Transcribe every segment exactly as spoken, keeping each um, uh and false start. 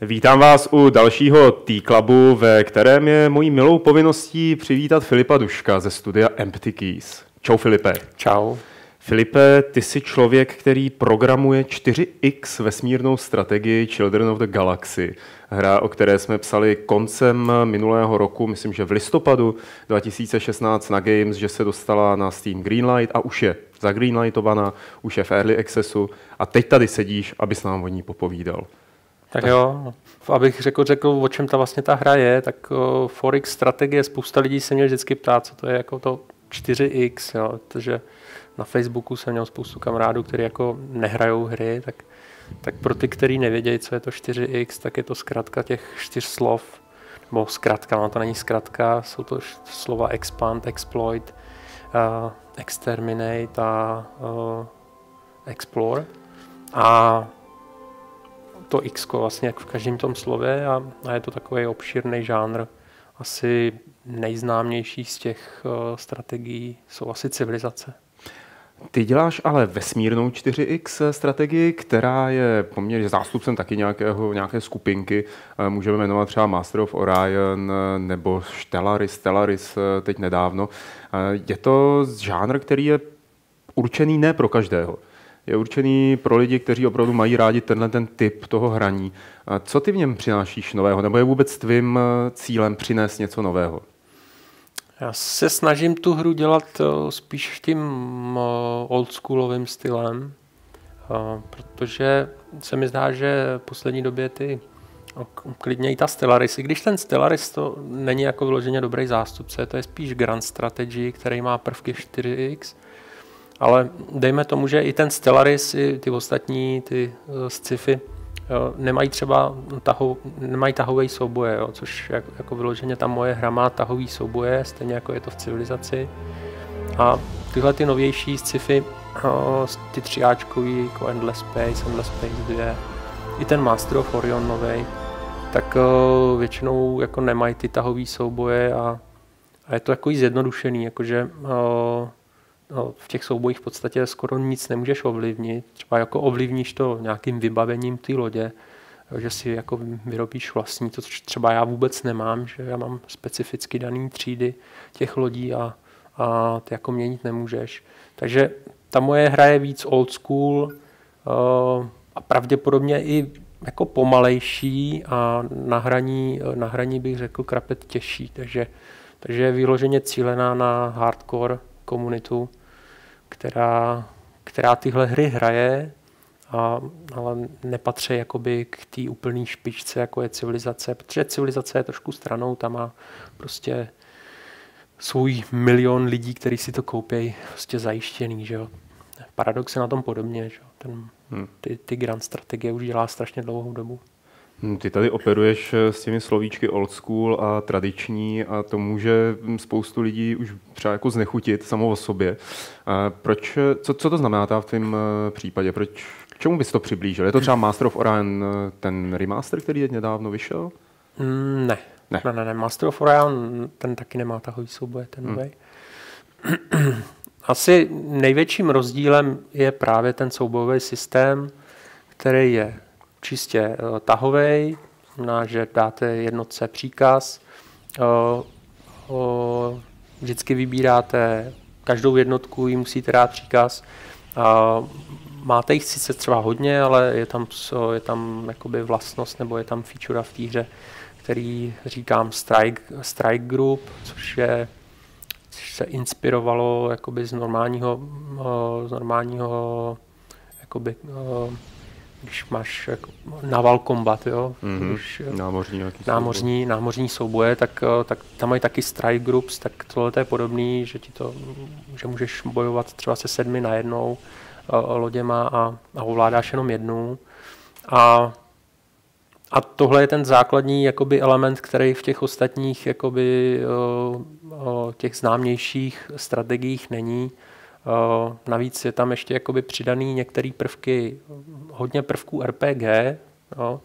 Vítám vás u dalšího T-Clubu, ve kterém je mojí milou povinností přivítat Filipa Duška ze studia Empty Keys. Čau Filipe. Čau. Filipe, ty jsi člověk, který programuje čtyři X vesmírnou strategii Children of the Galaxy. Hra, o které jsme psali koncem minulého roku, myslím, že v listopadu dva tisíce šestnáct na Games, že se dostala na Steam Greenlight a už je zagreenlightovaná, už je v Early Accessu a teď tady sedíš, abys nám o ní popovídal. Tak jo, abych řekl, řekl, o čem ta vlastně ta hra je, tak uh, four X strategie, spousta lidí se mě vždycky ptá, co to je jako to čtyři X, jo, protože na Facebooku jsem měl spoustu kamarádů, kteří jako nehrajou hry, tak, tak pro ty, kteří nevědějí, co je to čtyři X, tak je to zkrátka těch čtyř slov, nebo zkrátka, no to není zkrátka, jsou to slova expand, exploit, uh, exterminate a uh, explore. A to X vlastně jak v každém tom slově a, a je to takový obšírný žánr. Asi nejznámější z těch uh, strategií jsou asi civilizace. Ty děláš ale vesmírnou čtyři X strategii, která je poměrně zástupcem taky nějakého, nějaké skupinky. Můžeme jmenovat třeba Master of Orion nebo Stellaris, Stellaris teď nedávno. Je to žánr, který je určený ne pro každého. Je určený pro lidi, kteří opravdu mají rádi tenhle ten typ toho hraní. Co ty v něm přinášíš nového? Nebo je vůbec tvým cílem přinést něco nového? Já se snažím tu hru dělat spíš tím oldschoolovým stylem, protože se mi zdá, že v poslední době ty klidně i ta Stellaris, i když ten Stellaris to není jako vyloženě dobrý zástupce, to je spíš Grand Strategy, který má prvky čtyři X, ale dejme tomu, že i ten Stellaris, i ty ostatní, ty sci-fi, nemají třeba tahou, nemají tahový souboje, jo, což jako, jako vyloženě ta moje hra má tahový souboje, stejně jako je to v civilizaci. A tyhle ty novější sci-fi, ty třiáčkový, jako Endless Space, Endless Space dva, i ten Master of Orion novej, tak většinou jako nemají ty tahový souboje a, a je to jako zjednodušený, jakože No, v těch soubojích v podstatě skoro nic nemůžeš ovlivnit. Třeba jako ovlivníš to nějakým vybavením té lodě, že si jako vyrobíš vlastní, to třeba já vůbec nemám, že já mám specificky daný třídy těch lodí a, a ty jako měnit nemůžeš. Takže ta moje hra je víc old school uh, a pravděpodobně i jako pomalejší a na hraní, na hraní bych řekl krapet těžší, takže, takže je vyloženě cílená na hardcore komunitu, která, která tyhle hry hraje, a, ale nepatří jakoby k té úplné špičce, jako je civilizace, protože civilizace je trošku stranou, tam má prostě svůj milion lidí, kteří si to koupí prostě zajištěný, že jo. Paradox je na tom podobně, že jo. Ten, hmm. ty, ty grand strategie už dělá strašně dlouhou dobu. Ty tady operuješ s těmi slovíčky old school a tradiční a to může spoustu lidí už třeba jako znechutit samo o sobě. Proč, co, co to znamená v tvém případě? Proč, k čemu bys to přiblížil? Je to třeba Master of Orion ten remaster, který teď nedávno vyšel? Mm, ne. Ne. ne, ne, ne. Master of Orion ten taky nemá tahový souboje, ten novej. Hmm. Asi největším rozdílem je právě ten soubojový systém, který je čistě uh, tahovej, znamená, že dáte jednotce příkaz, uh, uh, vždycky vybíráte každou jednotku, jí musíte dát příkaz. Uh, máte jich sice třeba hodně, ale je tam, je tam jakoby vlastnost nebo je tam feature v té hře, který říkám strike, strike group, což je což se inspirovalo jakoby z normálního, uh, z normálního jakoby, uh, když máš jako naval combat, jo, mm-hmm. když, námořní, námořní, námořní souboje, tak, tak tam mají taky strike groups, tak tohle je podobný, že ti to, že můžeš bojovat třeba se sedmi najednou loděma a, a ovládáš jenom jednu. A, a tohle je ten základní jakoby element, který v těch ostatních jakoby, o, o, těch známějších strategiích není. Uh, navíc je tam ještě jakoby přidaný některé prvky, hodně prvků R P G, jo,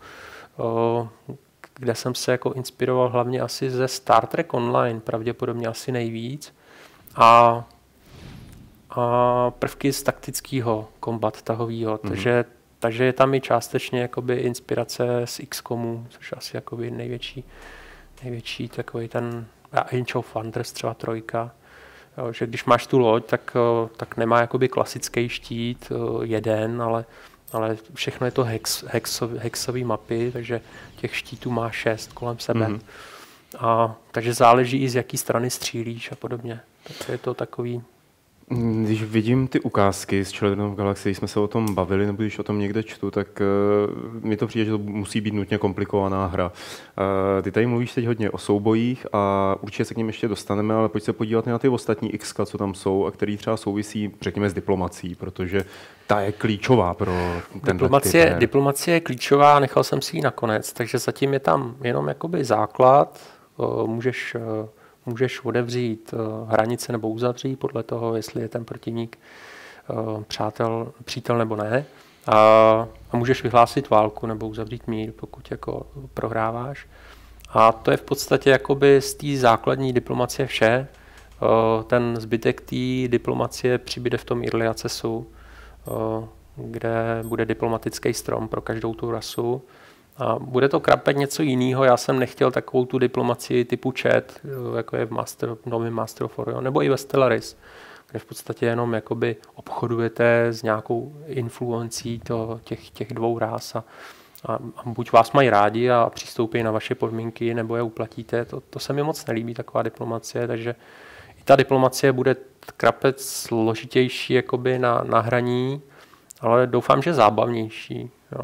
uh, kde jsem se jako inspiroval hlavně asi ze Star Trek Online, pravděpodobně asi nejvíc. A, a prvky z taktického kombat tahového, mm-hmm. takže takže je tam i částečně jakoby inspirace z iks komu, což asi jakoby největší, největší takový ten Age of Wonders, třeba trojka. Jo, že když máš tu loď, tak, tak nemá jakoby klasický štít jeden, ale, ale všechno je to hex, hexový, hexový mapy, takže těch štítů má šest kolem sebe. Mm-hmm. A, takže záleží i z jaký strany střílíš a podobně. Takže je to takový... Když vidím ty ukázky z Children of Galaxy, jsme se o tom bavili, nebo když o tom někde čtu, tak uh, mi to přijde, že to musí být nutně komplikovaná hra. Uh, ty tady mluvíš teď hodně o soubojích a určitě se k ním ještě dostaneme, ale pojď se podívat na ty ostatní X, co tam jsou a který třeba souvisí, řekněme, s diplomací, protože ta je klíčová pro ten diplomacie, diplomacie je klíčová, nechal jsem si ji nakonec, takže zatím je tam jenom jakoby základ, uh, můžeš... Uh, Můžeš otevřít uh, hranice nebo uzavřít podle toho, jestli je ten protivník uh, přátel, přítel nebo ne. A, a můžeš vyhlásit válku nebo uzavřít mír, pokud jako prohráváš. A to je v podstatě jakoby z té základní diplomacie vše. Uh, ten zbytek té diplomacie přibude v tom early accessu, uh, kde bude diplomatický strom pro každou tu rasu. A bude to krapet něco jiného. Já jsem nechtěl takovou tu diplomacii typu chat, jako je v Master, nový Master of Orion, nebo i ve Stellaris, kde v podstatě jenom jakoby obchodujete s nějakou influencí to, těch, těch dvou rás a, a, a buď vás mají rádi a přistoupí na vaše podmínky, nebo je uplatíte. To, to se mi moc nelíbí, taková diplomacie, takže i ta diplomacie bude krapet složitější jakoby na, na hraní, ale doufám, že zábavnější. Jo.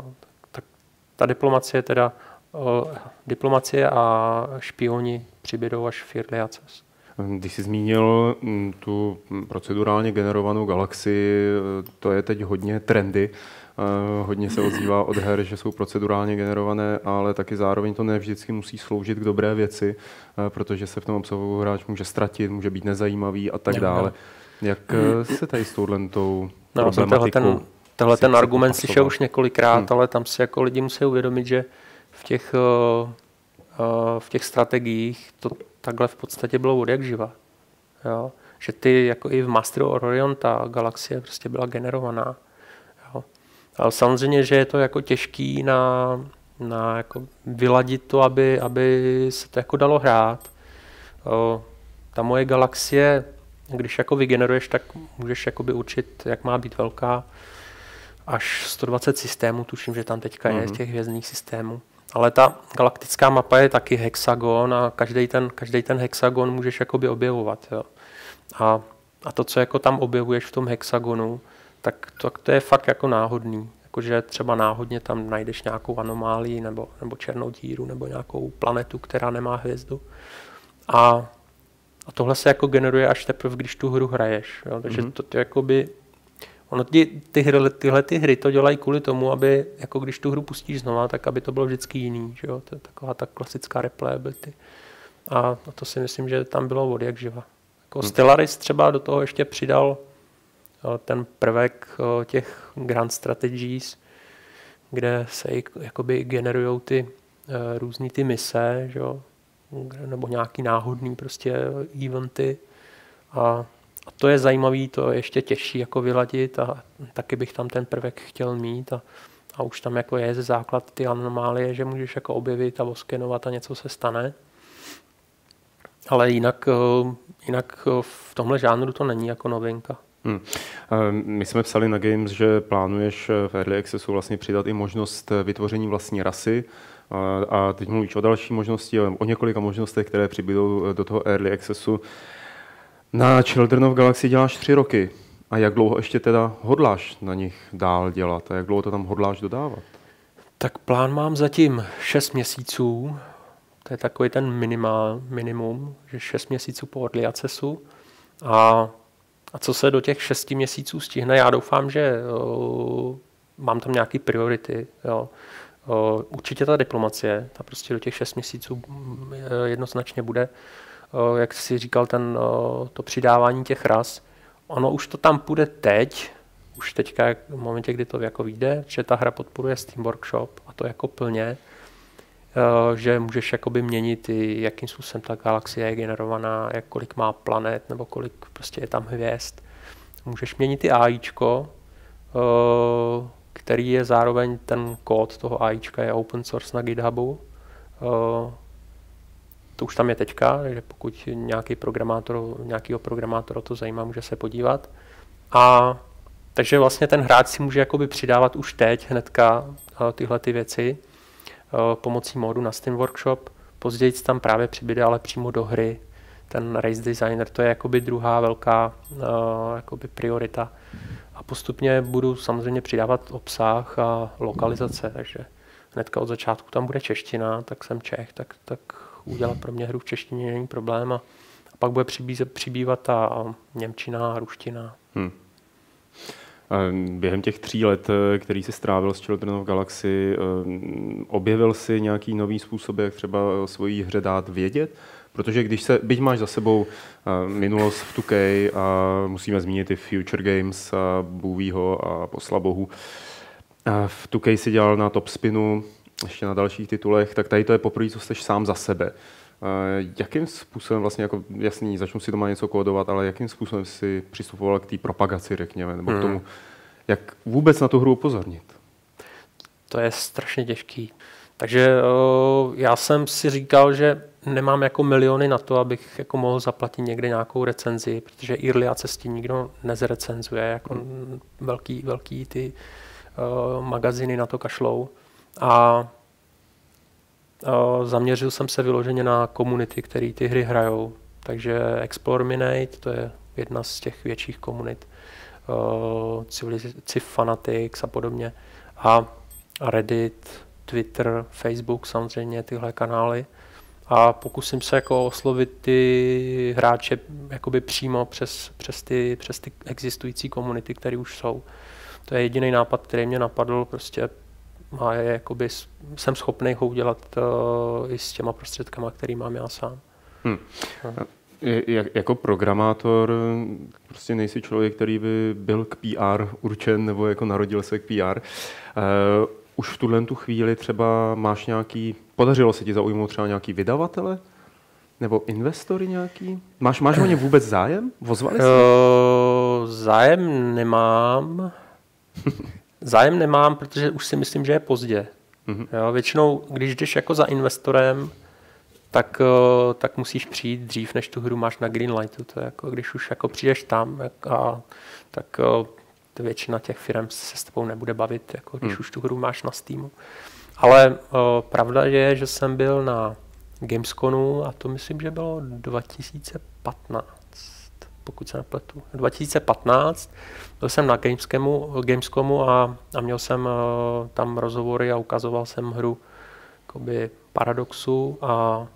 Ta diplomacie teda, uh, diplomacie a špioni přibydou až v early access. Když jsi zmínil tu procedurálně generovanou galaxii, to je teď hodně trendy. Uh, hodně se ozývá od her, že jsou procedurálně generované, ale taky zároveň to ne vždycky musí sloužit k dobré věci, uh, protože se v tom obsahu hráč může ztratit, může být nezajímavý a tak dále. Jak se tady s touhletou no, problematikou... Tenhle ten argument slyšel už několikrát, hmm. ale tam si jako lidi musí uvědomit, že v těch, uh, uh, v těch strategiích to takhle v podstatě bylo od jak živa. Jo? Že ty, jako i v Master of Orion, ta galaxie prostě byla generovaná. Jo? Ale samozřejmě, že je to jako těžký na, na jako vyladit to, aby, aby se to jako dalo hrát. Uh, ta moje galaxie, když jako vygeneruješ, tak můžeš jakoby určit, jak má být velká. Až sto dvacet systémů, tuším, že tam teďka je mm-hmm. z těch hvězdných systémů. Ale ta galaktická mapa je taky hexagon a každý ten, každý ten hexagon můžeš jakoby objevovat. Jo. A, a to, co jako tam objevuješ v tom hexagonu, tak to, to je fakt jako náhodný. Jakože třeba náhodně tam najdeš nějakou anomálii nebo, nebo černou díru nebo nějakou planetu, která nemá hvězdu. A, a tohle se jako generuje až teprve, když tu hru hraješ. Jo. Takže mm-hmm. to, to jakoby... Ono ty, ty hry, tyhle ty hry to dělají kvůli tomu, aby jako když tu hru pustíš znova, tak aby to bylo vždycky jiný. Že jo? To je taková ta klasická replayability. A to si myslím, že tam bylo od jak živa. Jako hmm. Stellaris třeba do toho ještě přidal ten prvek těch Grand Strategies, kde se jakoby generujou ty různý ty mise, že jo? Nebo nějaký náhodný prostě eventy. A A to je zajímavé, to je ještě těžší jako vyladit a taky bych tam ten prvek chtěl mít a, a už tam jako je ze základ ty anomálie, že můžeš jako objevit a oskenovat a něco se stane. Ale jinak, jinak v tomhle žánru to není jako novinka. Hmm. My jsme psali na Games, že plánuješ v Early Accessu vlastně přidat i možnost vytvoření vlastní rasy. A teď mluvíš o další možnosti, o několika možnostech, které přibydou do toho Early Accessu. Na Children of Galaxy děláš tři roky. A jak dlouho ještě teda hodláš na nich dál dělat? A jak dlouho to tam hodláš dodávat? Tak plán mám zatím šest měsíců. To je takový ten minimál, minimum, že šest měsíců po Early Accessu. A, a co se do těch šesti měsíců stihne, já doufám, že o, mám tam nějaké priority. Jo. O, určitě ta diplomacie, ta prostě do těch šest měsíců jednoznačně bude. Jak jsi říkal, ten, to přidávání těch ras, ono už to tam půjde teď, už teďka v momentě, kdy to jako vyjde, že ta hra podporuje Steam Workshop a to jako plně, že můžeš jakoby měnit i jakým způsobem ta galaxie je generovaná, jak kolik má planet nebo kolik prostě je tam hvězd. Můžeš měnit i AIčko, který je zároveň ten kód toho AIčka je open source na GitHubu. To už tam je teďka, takže pokud nějaký programátor, nějakýho programátora to zajímá, může se podívat. A takže vlastně ten hráč si může jakoby přidávat už teď hnedka tyhle ty věci pomocí módu na Steam Workshop. Později tam právě přibude ale přímo do hry ten race designer, to je jakoby druhá velká jakoby priorita. A postupně budu samozřejmě přidávat obsah a lokalizace, takže hnedka od začátku tam bude čeština, tak jsem Čech, tak, tak udělat pro mě hru v češtině není problém. A, a pak bude přibývat, přibývat ta němčina a ruština. Hmm. Během těch tří let, který jsi strávil s Children of Galaxy, objevil si nějaký nový způsob, jak třeba o svojí hře dát vědět? Protože když se, byť máš za sebou minulost v two K a musíme zmínit i Future Games a Bůvího a posla bohu, v two K si dělal na Top Spinu, ještě na dalších titulech, tak tady to je poprvé, co jsi sám za sebe. Jakým způsobem vlastně, jako jasný, začnu si doma něco kódovat, ale jakým způsobem si přistupoval k té propagaci, řekněme, nebo hmm. k tomu, jak vůbec na tu hru upozornit? To je strašně těžký. Takže o, já jsem si říkal, že nemám jako miliony na to, abych jako mohl zaplatit někde nějakou recenzi, protože early access ti nikdo nezrecenzuje, jako hmm. velký, velký ty o, magaziny na to kašlou. A o, zaměřil jsem se vyloženě na komunity, které ty hry hrajou. Takže Explorminate, to je jedna z těch větších komunit, Civ Fanatics a podobně. A Reddit, Twitter, Facebook, samozřejmě tyhle kanály. A pokusím se jako oslovit ty hráče jakoby přímo přes, přes, ty, přes ty existující komunity, které už jsou. To je jediný nápad, který mě napadl, prostě a je, jakoby, jsem schopný ho udělat uh, i s těma prostředkama, který mám já sám. Hmm. Jak, jako programátor prostě nejsi člověk, který by byl k P R určen nebo jako narodil se k P R. Uh, už v tuhle tu chvíli třeba máš nějaký, podařilo se ti zaujmout třeba nějaký vydavatele? Nebo investory nějaký? Máš, máš o ně vůbec zájem? Vozvali se? Uh, zájem nemám. Zájem nemám, protože už si myslím, že je pozdě. Mm-hmm. Jo, většinou, když jdeš jako za investorem, tak, tak musíš přijít dřív, než tu hru máš na Greenlightu. To je jako, když už jako přijdeš tam, a, tak většina těch firm se s tebou nebude bavit, jako když hmm. už tu hru máš na Steamu. Ale o, pravda je, že jsem byl na Gamesconu a to myslím, že bylo dva tisíce patnáct, pokud se nepletu. dva tisíce patnáct byl jsem na Gamescomu, Gamescomu a, a měl jsem o, tam rozhovory a ukazoval jsem hru jakoby Paradoxu a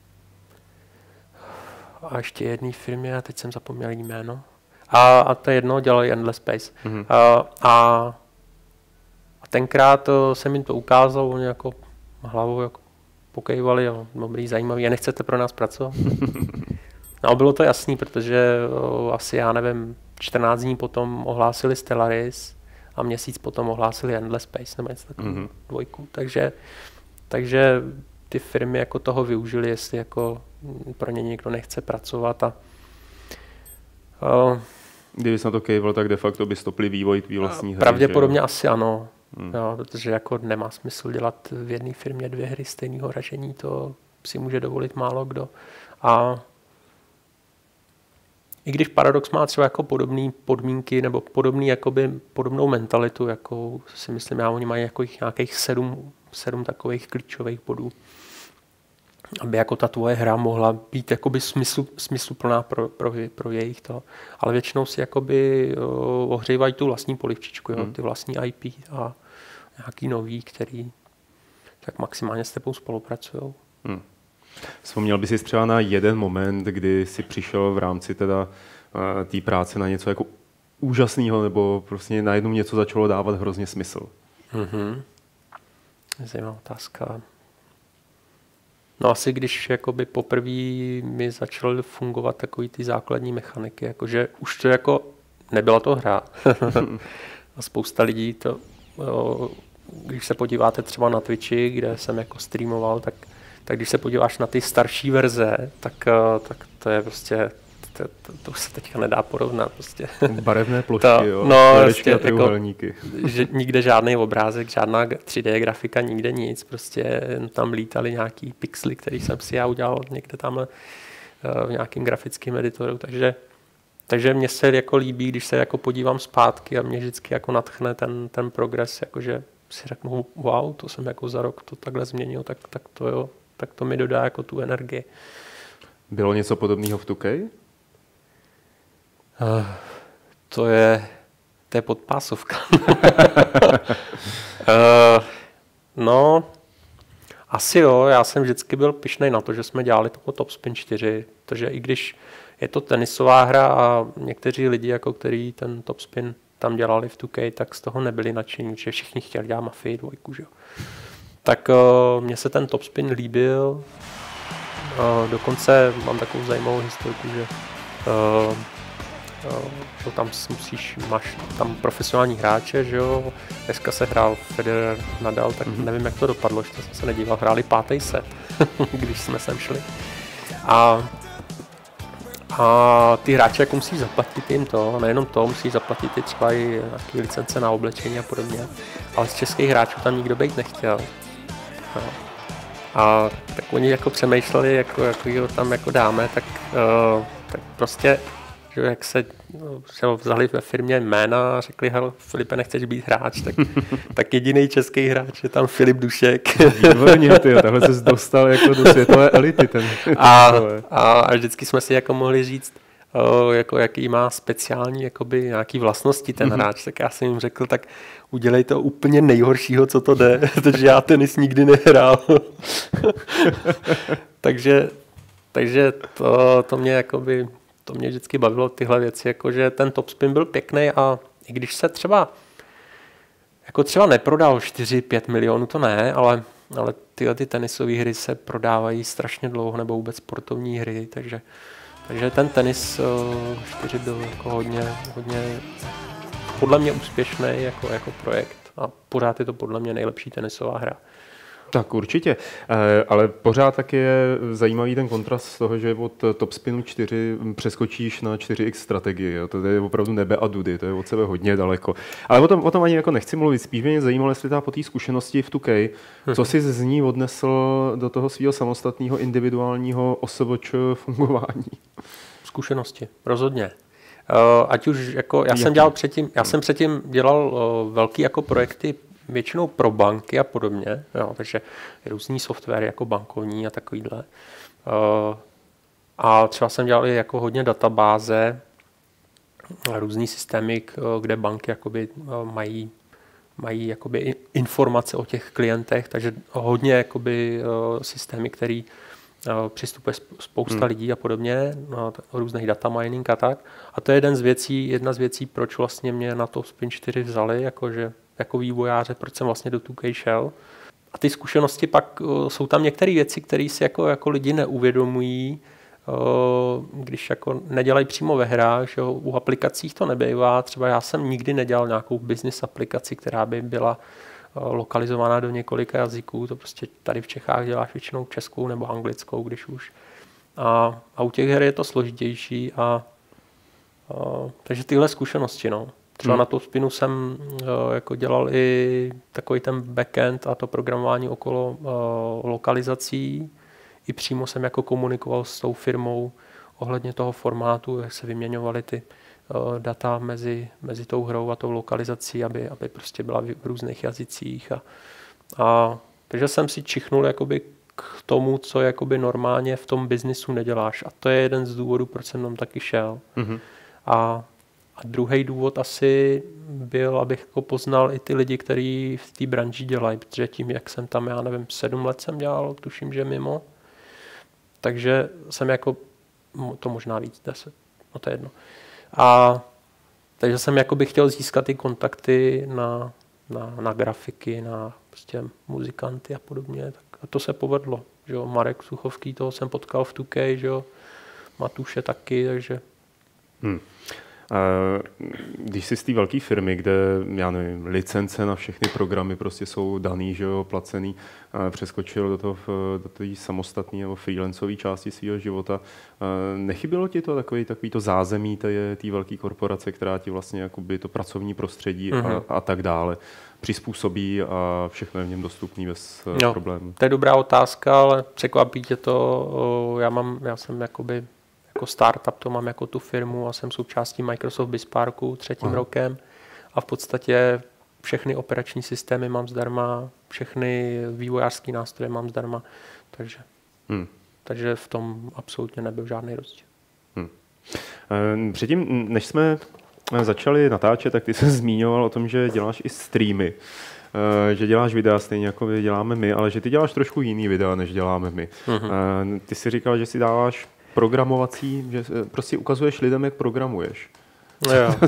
a ještě jedné firmě, a teď jsem zapomněl jméno. A, a to jedno dělali Endless Space. Mm-hmm. A, a, a tenkrát jsem jim to ukázal, oni jako hlavou jako pokejvali, jo, dobrý, zajímavý, a nechcete pro nás pracovat? No, bylo to jasný, protože o, asi, já nevím, čtrnáct dní potom ohlásili Stellaris a měsíc potom ohlásili Endless Space, nebo něco takového, mm-hmm. dvojku. Takže, takže ty firmy jako toho využili, jestli jako pro ně někdo nechce pracovat. A, uh, Kdyby jsi na to kejval, tak de facto by stopli vývoj tvý vlastní hry. Pravděpodobně asi ano, hmm. jo, protože jako nemá smysl dělat v jedné firmě dvě hry stejného ražení, to si může dovolit málo kdo. A i když Paradox má třeba jako podobné podmínky nebo podobný, jakoby, podobnou mentalitu, jako si myslím, já oni mají jako nějakých sedm, sedm takových klíčových bodů, aby jako ta tvoje hra mohla být jakoby smysl, smysluplná pro, pro, pro jejich to. Ale většinou si jakoby o, ohřívají tu vlastní polivčičku, jo, hmm. ty vlastní I P a nějaký nový, který tak maximálně s tebou spolupracují. Hmm. Vzpomněl bys si třeba na jeden moment, kdy jsi přišel v rámci teda uh, té práce na něco jako úžasného, nebo prostě najednou něco začalo dávat hrozně smysl? Mm-hmm. Zajímavá otázka. No asi když jakoby poprvé mi začaly fungovat takový ty základní mechaniky, jakože už to jako nebyla to hra. A spousta lidí to, jo, když se podíváte třeba na Twitchi, kde jsem jako streamoval, tak, tak když se podíváš na ty starší verze, tak, tak to je prostě to, to, to už se teďka nedá porovnat. Prostě. Barevné plošky, to, jo, no, prostě, jako, že nikde žádný obrázek, žádná tři dé grafika, nikde nic, prostě tam lítali nějaký pixely, který jsem si já udělal někde tam v nějakým grafickém editoru, takže takže mně se jako líbí, když se jako podívám zpátky a mě vždycky jako nadchne ten, ten progres, jakože si řeknu, wow, to jsem jako za rok to takhle změnil, tak, tak to jo, tak to mi dodá jako tu energii. Bylo něco podobného v two K? Uh, to je, to je podpásovka. uh, no, asi jo, já jsem vždycky byl pyšnej na to, že jsme dělali toho Top Spin čtyři, protože i když je to tenisová hra a někteří lidi, jako který ten Top Spin tam dělali v two K, tak z toho nebyli nadšení, že všichni chtěli dělat Mafii dvojku, že jo. Tak uh, mně se ten Top Spin líbil, uh, dokonce mám takovou zajímavou historku, že uh, uh, tam musíš, máš tam profesionální hráče, že jo, dneska se hrál Federer, Nadal, tak mm-hmm. nevím, jak to dopadlo, že to jsem se nedíval, hráli pátý set, když jsme sem šli. A A ty hráči jako musí zaplatit jim to, nejenom to, musí zaplatit i třeba i nějaké licence na oblečení a podobně, ale z českých hráčů tam nikdo být nechtěl. No. A tak oni jako přemýšleli, jako, jako ho tam jako dáme, tak, uh, tak prostě, že jak se že vzali ve firmě jména a řekli, hele, Filipe, nechceš být hráč, tak, tak jediný český hráč je tam Filip Dušek. Výborně, tyjo, tahle ses dostal jako do světové elity. Ten. A, a, a vždycky jsme si jako mohli říct, o, jako jaký má speciální jakoby, nějaký vlastnosti ten mm-hmm. hráč, tak já jsem jim řekl, tak udělej to úplně nejhoršího, co to jde, protože já tenis nikdy nehrál. takže takže to, to mě jakoby to mě vždycky bavilo tyhle věci, jakože ten Top Spin byl pěkný a i když se třeba jako třeba neprodal čtyři pět milionů, to ne, ale, ale tyhle ty tenisové hry se prodávají strašně dlouho, nebo vůbec sportovní hry, takže, takže ten tenis čtyři byl jako hodně, hodně podle mě úspěšný jako, jako projekt a pořád je to podle mě nejlepší tenisová hra. Tak určitě, ale pořád taky je zajímavý ten kontrast z toho, že od Top Spinu čtyři přeskočíš na čtyři iks strategii. Jo. To je opravdu nebe a dudy, to je od sebe hodně daleko. Ale o tom, o tom ani jako nechci mluvit, spíš mě zajímalo, jestli ta po té zkušenosti v two K, co jsi z ní odnesl do toho svého samostatného individuálního O S V Č fungování? Zkušenosti, rozhodně. Uh, ať už jako, já jsem dělal předtím, já jsem předtím dělal uh, velký jako projekty většinou pro banky a podobně, jo, takže různý software jako bankovní a takovýhle. Uh, a třeba jsem dělal i jako hodně databáze, různý systémy, kde banky jakoby mají, mají jakoby informace o těch klientech, takže hodně jakoby systémy, který přistupuje spousta hmm. lidí a podobně, no, různých data mining a tak. A to je jeden z věcí, jedna z věcí, proč vlastně mě na to Spin čtyři vzali, jakože jako vývojáře, proč jsem vlastně do two K šel. A ty zkušenosti pak uh, jsou tam některé věci, které si jako, jako lidi neuvědomují, uh, když jako nedělají přímo ve hrách, že u aplikacích to nebývá. Třeba já jsem nikdy nedělal nějakou business aplikaci, která by byla uh, lokalizovaná do několika jazyků. To prostě tady v Čechách děláš většinou českou nebo anglickou, když už. A, a u těch her je to složitější. A, uh, takže tyhle zkušenosti, no. Třeba hmm. na Top Spinu jsem uh, jako dělal i takový ten backend a to programování okolo uh, lokalizací. I přímo jsem jako komunikoval s tou firmou ohledně toho formátu, jak se vyměňovaly ty uh, data mezi, mezi tou hrou a tou lokalizací, aby, aby prostě byla v různých jazycích. A, a, takže jsem si čichnul jakoby k tomu, co jakoby normálně v tom biznisu neděláš. A to je jeden z důvodů, proč jsem tam taky šel. Hmm. A A druhý důvod asi byl, abych jako poznal i ty lidi, kteří v té branži dělají, protože tím, jak jsem tam, já nevím, sedm let jsem dělal, tuším, že mimo, takže jsem jako, to možná víc, deset, no to je jedno. A takže jsem jako bych chtěl získat ty kontakty na, na, na grafiky, na prostě muzikanty a podobně, tak a to se povedlo, že jo, Marek Suchovský, toho jsem potkal v two K, že jo, Matuše taky, takže... Hmm. Když jsi z té velké firmy, kde, já nevím, licence na všechny programy prostě jsou daný, že jo, placený, přeskočil do toho, do té samostatné nebo freelancové části svého života, nechybělo ti to takový, takový to zázemí té velké korporace, která ti vlastně jakoby to pracovní prostředí mm-hmm. a, a tak dále přizpůsobí a všechno je v něm dostupný bez no, problémů? To je dobrá otázka, ale překvapí tě to. Já, mám, já jsem jakoby jako startup, to mám jako tu firmu a jsem součástí Microsoft BizParku třetím Aha. rokem a v podstatě všechny operační systémy mám zdarma, všechny vývojářské nástroje mám zdarma, takže, hmm. takže v tom absolutně nebyl žádný rozdíl. Hmm. Předtím, než jsme začali natáčet, tak ty se zmiňoval o tom, že děláš i streamy, že děláš videa stejně jako děláme my, ale že ty děláš trošku jiný videa, než děláme my. Hmm. Ty si říkal, že si dáváš programovací, že prostě ukazuješ lidem, jak programuješ. Jo.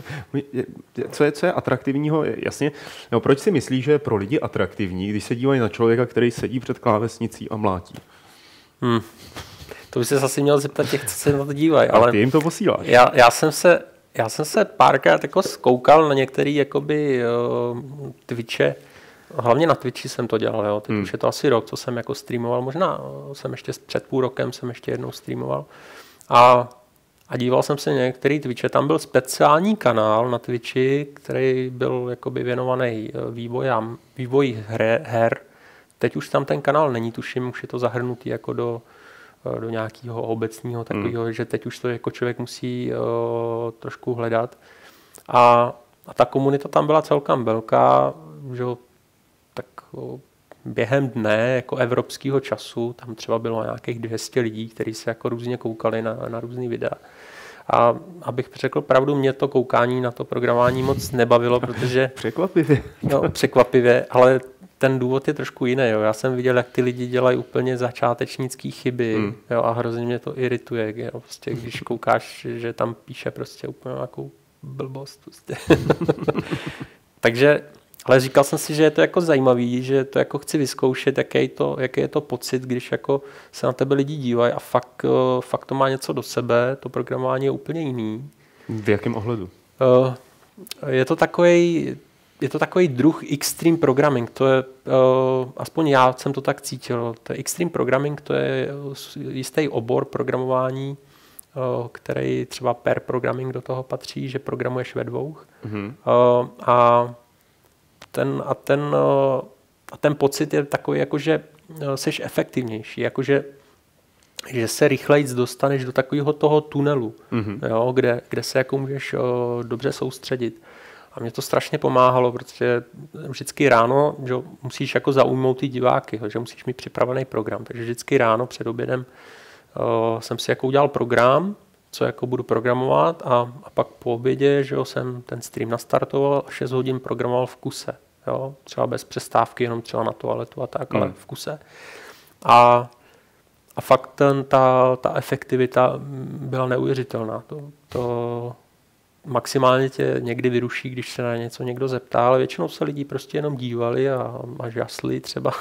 Co je, co je atraktivního? Jasně, no, proč si myslíš, že je pro lidi atraktivní, když se dívají na člověka, který sedí před klávesnicí a mlátí? Hmm. To by se asi měl zeptat těch, co se na to dívají. Ale ty jim to posíláš. Já, já jsem se, já jsem se párkrát jako zkoukal na některé jakoby uh, Twitche. Hlavně na Twitchi jsem to dělal, jo. Teď hmm. už je to asi rok, co jsem jako streamoval. Možná jsem ještě před půl rokem jsem ještě jednou streamoval. A, a díval jsem se některý Twitche. Tam byl speciální kanál na Twitchi, který byl jakoby věnovaný vývojám, vývoji her, her. Teď už tam ten kanál není, tuším, už je to zahrnutý jako do, do nějakého obecního takového, hmm. že teď už to jako člověk musí uh, trošku hledat. A, a ta komunita tam byla celkem velká, že tak během dne jako evropského času tam třeba bylo nějakých dvě stě lidí, kteří se jako různě koukali na, na různý videa. A abych řekl pravdu, mě to koukání na to programování moc nebavilo, protože... Překvapivě. No, překvapivě, ale ten důvod je trošku jiný. Jo. Já jsem viděl, jak ty lidi dělají úplně začátečnické chyby hmm. jo, a hrozně mě to irituje. Jo. Prostě, když koukáš, že tam píše prostě úplně nějakou blbost. Prostě. Takže... Ale říkal jsem si, že je to jako zajímavý, že to jako chci vyzkoušet, jaký, to, jaký je to pocit, když jako se na tebe lidi dívají a fakt, fakt to má něco do sebe, to programování je úplně jiný. V jakém ohledu? Je to takový, je to takový druh extreme programming, to je, aspoň já jsem to tak cítil, to je extreme programming, to je jistý obor programování, který třeba pair programming do toho patří, že programuješ ve dvou. Mm-hmm. A Ten, a, ten, a ten pocit je takový, jako, že jsi efektivnější, jakože že se rychleji dostaneš do takového toho tunelu, mm-hmm. jo, kde, kde se jako můžeš o, dobře soustředit. A mě to strašně pomáhalo, protože vždycky ráno že musíš jako zaujmout ty diváky, že musíš mít připravený program. Takže vždycky ráno před obědem o, jsem si jako udělal program, co jako budu programovat a, a pak po obědě, že jo, jsem ten stream nastartoval a šest hodin programoval v kuse. Jo, třeba bez přestávky, jenom třeba na toaletu a tak, mm. ale v kuse. A, a fakt ten, ta, ta efektivita byla neuvěřitelná. To, to maximálně tě někdy vyruší, když se na něco někdo zeptá, ale většinou se lidi prostě jenom dívali a, a žasli třeba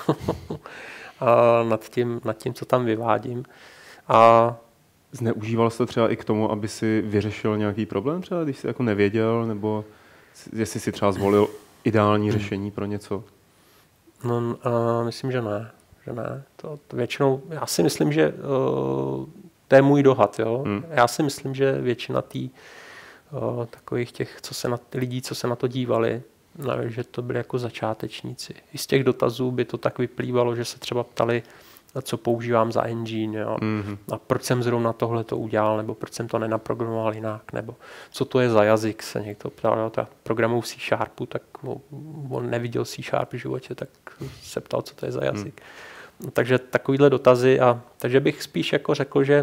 a nad, tím, nad tím, co tam vyvádím. A zneužíval jsi to třeba i k tomu, aby si vyřešil nějaký problém třeba, když jsi jako nevěděl, nebo jestli si třeba zvolil ideální řešení pro něco? No, uh, myslím, že ne. Že ne. To, to většinou, já si myslím, že uh, to je můj dohad. Jo? Hmm. Já si myslím, že většina tý, uh, takových těch co se na, lidí, co se na to dívali, ne, že to byli jako začátečníci. I z těch dotazů by to tak vyplývalo, že se třeba ptali, co používám za engine, jo? Mm-hmm. A proč jsem zrovna tohle to udělal, nebo proč jsem to nenaprogramoval jinak, nebo co to je za jazyk, se někdo ptal, jo? Ta programuju C Sharpu, tak on neviděl C Sharp v životě, tak se ptal, co to je za jazyk. Mm. Takže takovýhle dotazy, a takže bych spíš jako řekl, že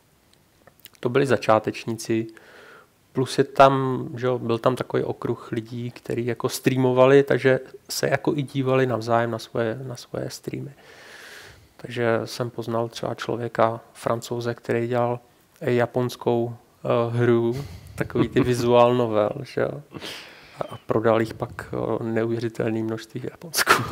to byli začátečníci, plus je tam, že jo, byl tam takový okruh lidí, kteří jako streamovali, takže se jako i dívali navzájem na svoje, na svoje streamy. Takže jsem poznal třeba člověka, Francouze, který dělal japonskou uh, hru, takový ty vizuál novel, že jo? A prodal jich pak uh, neuvěřitelné množství v Japonsku.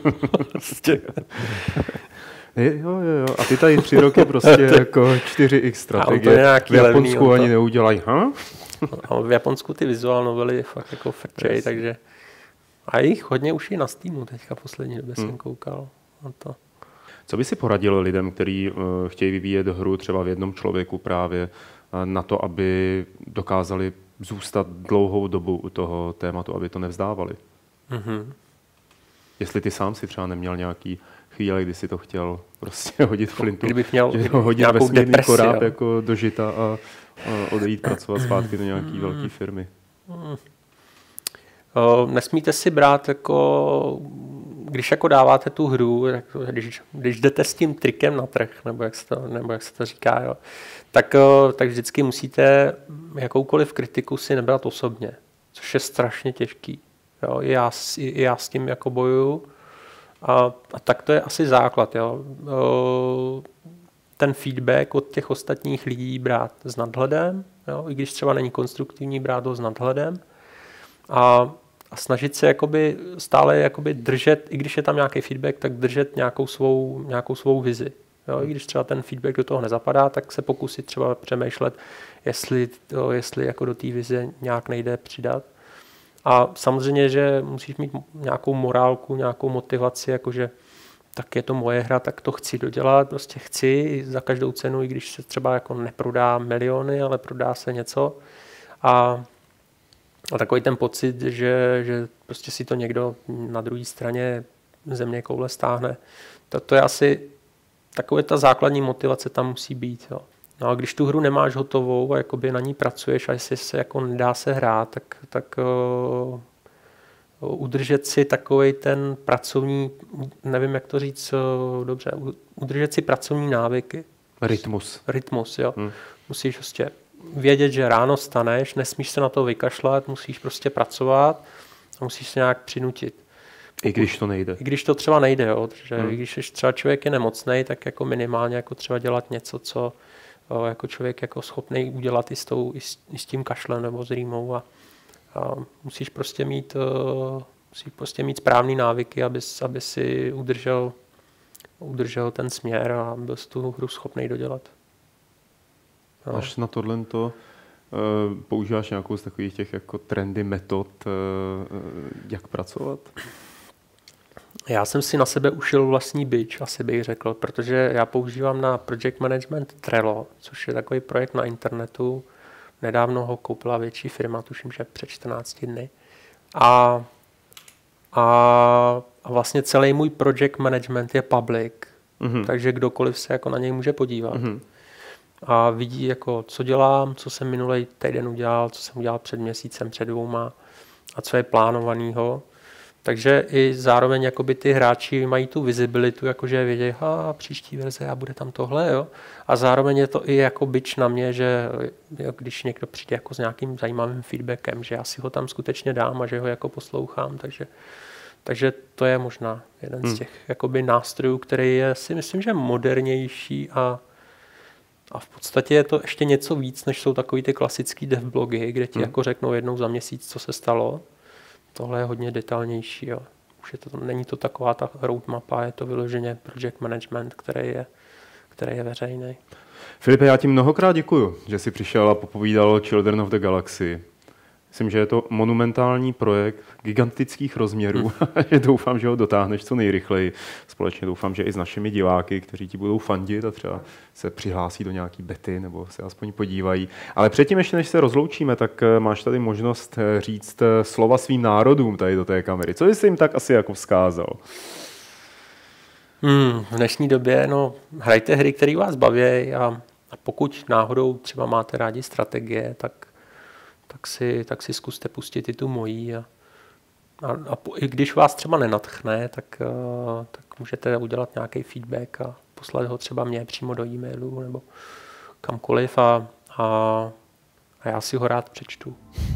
Jo, jo, jo. A ty tady tři roky prostě jako čtyři x strategie v Japonsku ani neudělají. Ha? A v Japonsku ty vizuál novely fakt jako frčej, yes. takže a jich hodně už i na Steamu teďka poslední době hmm. jsem koukal na to. Co by si poradil lidem, kteří uh, chtějí vyvíjet hru třeba v jednom člověku právě uh, na to, aby dokázali zůstat dlouhou dobu u toho tématu, aby to nevzdávali? Mm-hmm. Jestli ty sám si třeba neměl nějaký chvíle, kdy si to chtěl prostě hodit flintu, kdybych měl že ho hodit vesmírný koráb jako do žita a, a odejít pracovat zpátky do nějaký mm. velké firmy. Mm. O, nesmíte si brát jako, když jako dáváte tu hru, když, když jdete s tím trikem na trh, nebo jak se to, nebo jak se to říká, jo, tak, tak vždycky musíte jakoukoliv kritiku si nebrat osobně, což je strašně těžký. Jo, i, já, i já s tím jako bojuju. A, a tak to je asi základ. Jo. O, ten feedback od těch ostatních lidí brát s nadhledem, jo, i když třeba není konstruktivní, brát ho s nadhledem. A, a snažit se jakoby stále jakoby držet, i když je tam nějaký feedback, tak držet nějakou svou, nějakou svou vizi. Jo, i když třeba ten feedback do toho nezapadá, tak se pokusit třeba přemýšlet, jestli, to, jestli jako do té vize nějak nejde přidat. A samozřejmě, že musíš mít nějakou morálku, nějakou motivaci, jakože tak je to moje hra, tak to chci dodělat, prostě chci za každou cenu, i když se třeba jako neprodá miliony, ale prodá se něco. A, a takový ten pocit, že, že prostě si to někdo na druhé straně země koule stáhne, to, to je asi taková ta základní motivace tam musí být. Jo. No a když tu hru nemáš hotovou a jakoby na ní pracuješ a jestli se jako nedá se hrát, tak, tak uh, udržet si takovej ten pracovní, nevím jak to říct uh, dobře, udržet si pracovní návyky. Rytmus. Rytmus, jo. Hmm. Musíš prostě vědět, že ráno staneš, nesmíš se na to vykašlat, musíš prostě pracovat a musíš se nějak přinutit. I když to nejde. I když to třeba nejde, jo. Protože hmm. i když třeba člověk je nemocnej, tak jako minimálně jako třeba dělat něco, co jako člověk jako schopný udělat i s, tou, i s, i s tím kašlem nebo s rýmou a, a musíš prostě mít uh, musíš prostě mít správný návyky, aby, aby si udržel, udržel ten směr a byl si tu hru schopný dodělat. No. Až na tohle to uh, používáš nějakou z takových těch jako trendy metod, uh, jak pracovat? Já jsem si na sebe ušil vlastní bič, asi bych řekl, protože já používám na project management Trello, což je takový projekt na internetu. Nedávno ho koupila větší firma, tuším, že před čtrnácti dny. A, a, a vlastně celý můj project management je public, mm-hmm. takže kdokoliv se jako na něj může podívat. Mm-hmm. A vidí, jako, co dělám, co jsem minulý týden udělal, co jsem udělal před měsícem, před dvouma a co je plánovanýho. Takže i zároveň jakoby ty hráči mají tu visibilitu, jakože vědějí, ha, příští verze a bude tam tohle, jo. A zároveň je to i jako bič na mě, že jo, když někdo přijde jako s nějakým zajímavým feedbackem, že já si ho tam skutečně dám a že ho jako poslouchám, takže, takže to je možná jeden hmm. z těch jakoby nástrojů, který je, si myslím, že modernější a, a v podstatě je to ještě něco víc, než jsou takový ty klasický dev blogy, kde ti hmm. jako řeknou jednou za měsíc, co se stalo. Tohle je hodně detailnější. Jo. Už je to, není to taková ta roadmapa, je to vyloženě project management, který je, který je veřejný. Filipe, já ti mnohokrát děkuju, že jsi přišel a popovídal Children of the Galaxy. Myslím, že je to monumentální projekt gigantických rozměrů. Hmm. Doufám, že ho dotáhneš co nejrychleji. Společně doufám, že i s našimi diváky, kteří ti budou fandit a třeba se přihlásí do nějaký bety nebo se aspoň podívají. Ale předtím, ještě než se rozloučíme, tak máš tady možnost říct slova svým národům tady do té kamery. Co jsi jim tak asi jako vzkázal? Hmm, v dnešní době no, hrajte hry, které vás baví a, a pokud náhodou třeba máte rádi strategie, tak tak si, tak si zkuste pustit i tu mojí. A, a, a i když vás třeba nenadchne, tak, uh, tak můžete udělat nějaký feedback a poslat ho třeba mě přímo do e-mailu nebo kamkoliv a, a, a já si ho rád přečtu.